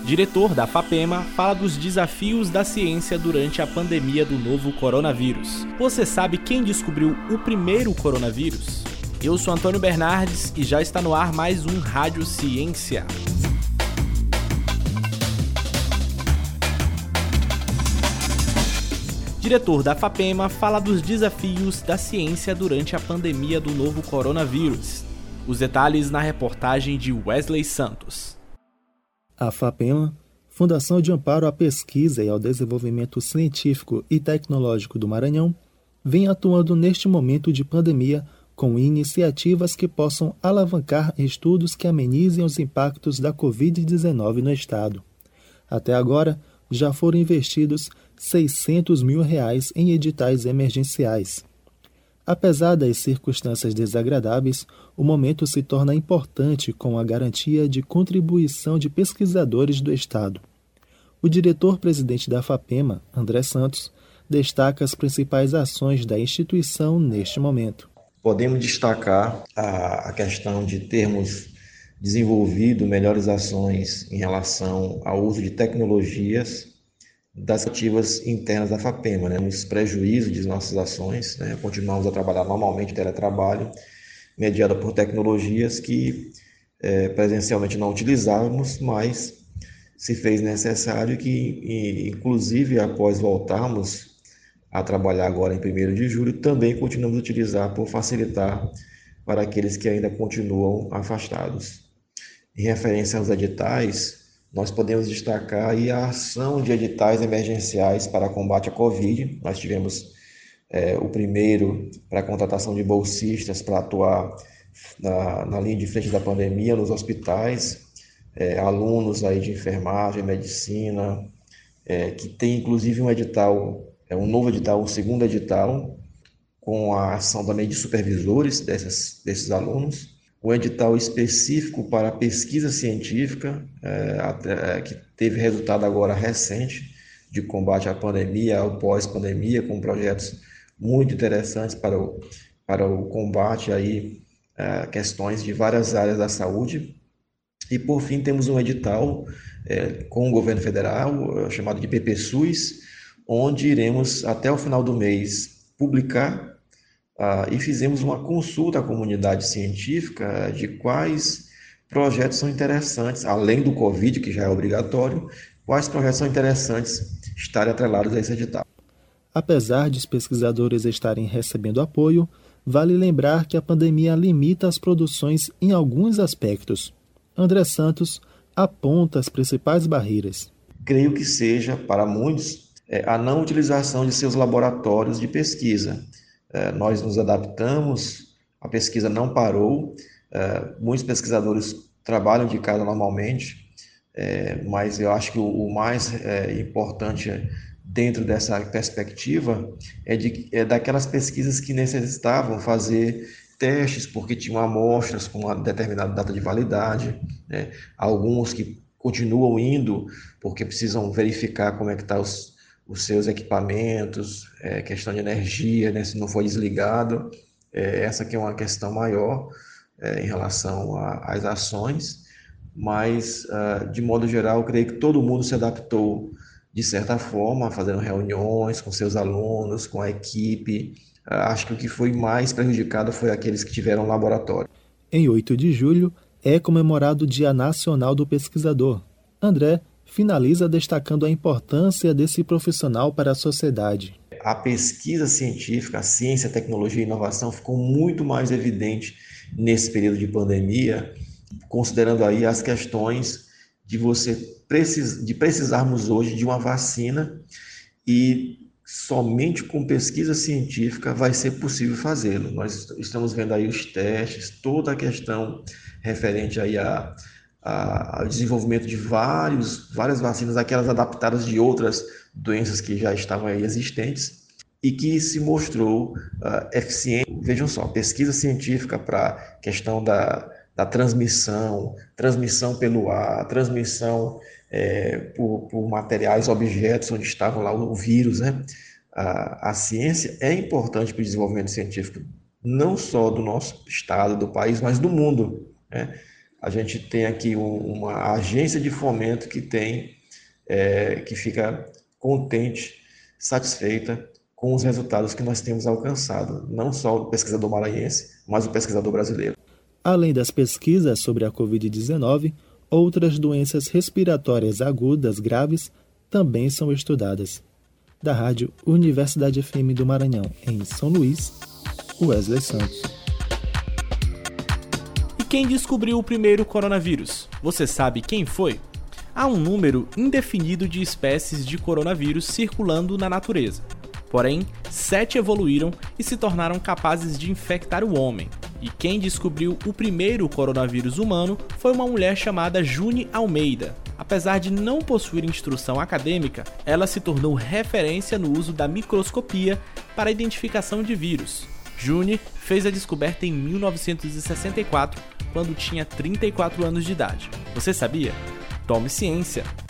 Diretor da FAPEMA fala dos desafios da ciência durante a pandemia do novo coronavírus. Você sabe quem descobriu o primeiro coronavírus? Eu sou Antônio Bernardes e já está no ar mais um Rádio Ciência. Diretor da FAPEMA fala dos desafios da ciência durante a pandemia do novo coronavírus. Os detalhes na reportagem de Wesley Santos. A FAPEMA, Fundação de Amparo à Pesquisa e ao Desenvolvimento Científico e Tecnológico do Maranhão, vem atuando neste momento de pandemia com iniciativas que possam alavancar estudos que amenizem os impactos da Covid-19 no estado. Até agora, já foram investidos R$600 mil em editais emergenciais. Apesar das circunstâncias desagradáveis, o momento se torna importante com a garantia de contribuição de pesquisadores do estado. O diretor-presidente da FAPEMA, André Santos, destaca as principais ações da instituição neste momento. Podemos destacar a questão de termos desenvolvido melhores ações em relação ao uso de tecnologias das ativas internas da FAPEMA, nos prejuízos de nossas ações, continuamos a trabalhar normalmente teletrabalho, mediado por tecnologias que presencialmente não utilizávamos, mas se fez necessário que, inclusive após voltarmos a trabalhar agora em 1º de julho, também continuamos a utilizar por facilitar para aqueles que ainda continuam afastados. Em referência aos editais, nós podemos destacar aí a ação de editais emergenciais para combate à Covid. Nós tivemos o primeiro para a contratação de bolsistas para atuar na linha de frente da pandemia nos hospitais, alunos aí de enfermagem, medicina, que tem inclusive um edital, um novo edital, um segundo edital, com a ação também de supervisores desses alunos. Um edital específico para pesquisa científica, que teve resultado agora recente de combate à pandemia, ao pós-pandemia, com projetos muito interessantes para o combate aí, questões de várias áreas da saúde. E, por fim, temos um edital com o governo federal, chamado de PPSUS, onde iremos, até o final do mês, publicar e fizemos uma consulta à comunidade científica de quais projetos são interessantes, além do Covid, que já é obrigatório, quais projetos são interessantes estarem atrelados a esse edital. Apesar de os pesquisadores estarem recebendo apoio, vale lembrar que a pandemia limita as produções em alguns aspectos. André Santos aponta as principais barreiras. Creio que seja, para muitos, a não utilização de seus laboratórios de pesquisa. Nós nos adaptamos, a pesquisa não parou, muitos pesquisadores trabalham de casa normalmente, mas eu acho que o mais importante dentro dessa perspectiva é daquelas pesquisas que necessitavam fazer testes porque tinham amostras com uma determinada data de validade, alguns que continuam indo porque precisam verificar como é que está os seus equipamentos, questão de energia, se não foi desligado, essa aqui é uma questão maior em relação às ações, mas de modo geral, eu creio que todo mundo se adaptou de certa forma, fazendo reuniões com seus alunos, com a equipe. Acho que o que foi mais prejudicado foi aqueles que tiveram laboratório. Em 8 de julho é comemorado o Dia Nacional do Pesquisador. André finaliza destacando a importância desse profissional para a sociedade. A pesquisa científica, a ciência, a tecnologia e a inovação ficou muito mais evidente nesse período de pandemia, considerando aí as questões de precisarmos hoje de uma vacina e somente com pesquisa científica vai ser possível fazê-lo. Nós estamos vendo aí os testes, toda a questão referente aí ao desenvolvimento de várias vacinas, aquelas adaptadas de outras doenças que já estavam aí existentes e que se mostrou eficiente. Vejam só, pesquisa científica para a questão da transmissão pelo ar, transmissão por materiais, objetos onde estavam lá o vírus, A ciência é importante para o desenvolvimento científico, não só do nosso estado, do país, mas do mundo, a gente tem aqui uma agência de fomento que fica contente, satisfeita com os resultados que nós temos alcançado, não só o pesquisador maranhense, mas o pesquisador brasileiro. Além das pesquisas sobre a Covid-19, outras doenças respiratórias agudas graves também são estudadas. Da Rádio Universidade FM do Maranhão, em São Luís, Wesley Santos. E quem descobriu o primeiro coronavírus? Você sabe quem foi? Há um número indefinido de espécies de coronavírus circulando na natureza. Porém, 7 evoluíram e se tornaram capazes de infectar o homem. E quem descobriu o primeiro coronavírus humano foi uma mulher chamada June Almeida. Apesar de não possuir instrução acadêmica, ela se tornou referência no uso da microscopia para a identificação de vírus. June fez a descoberta em 1964, quando tinha 34 anos de idade. Você sabia? Tome ciência!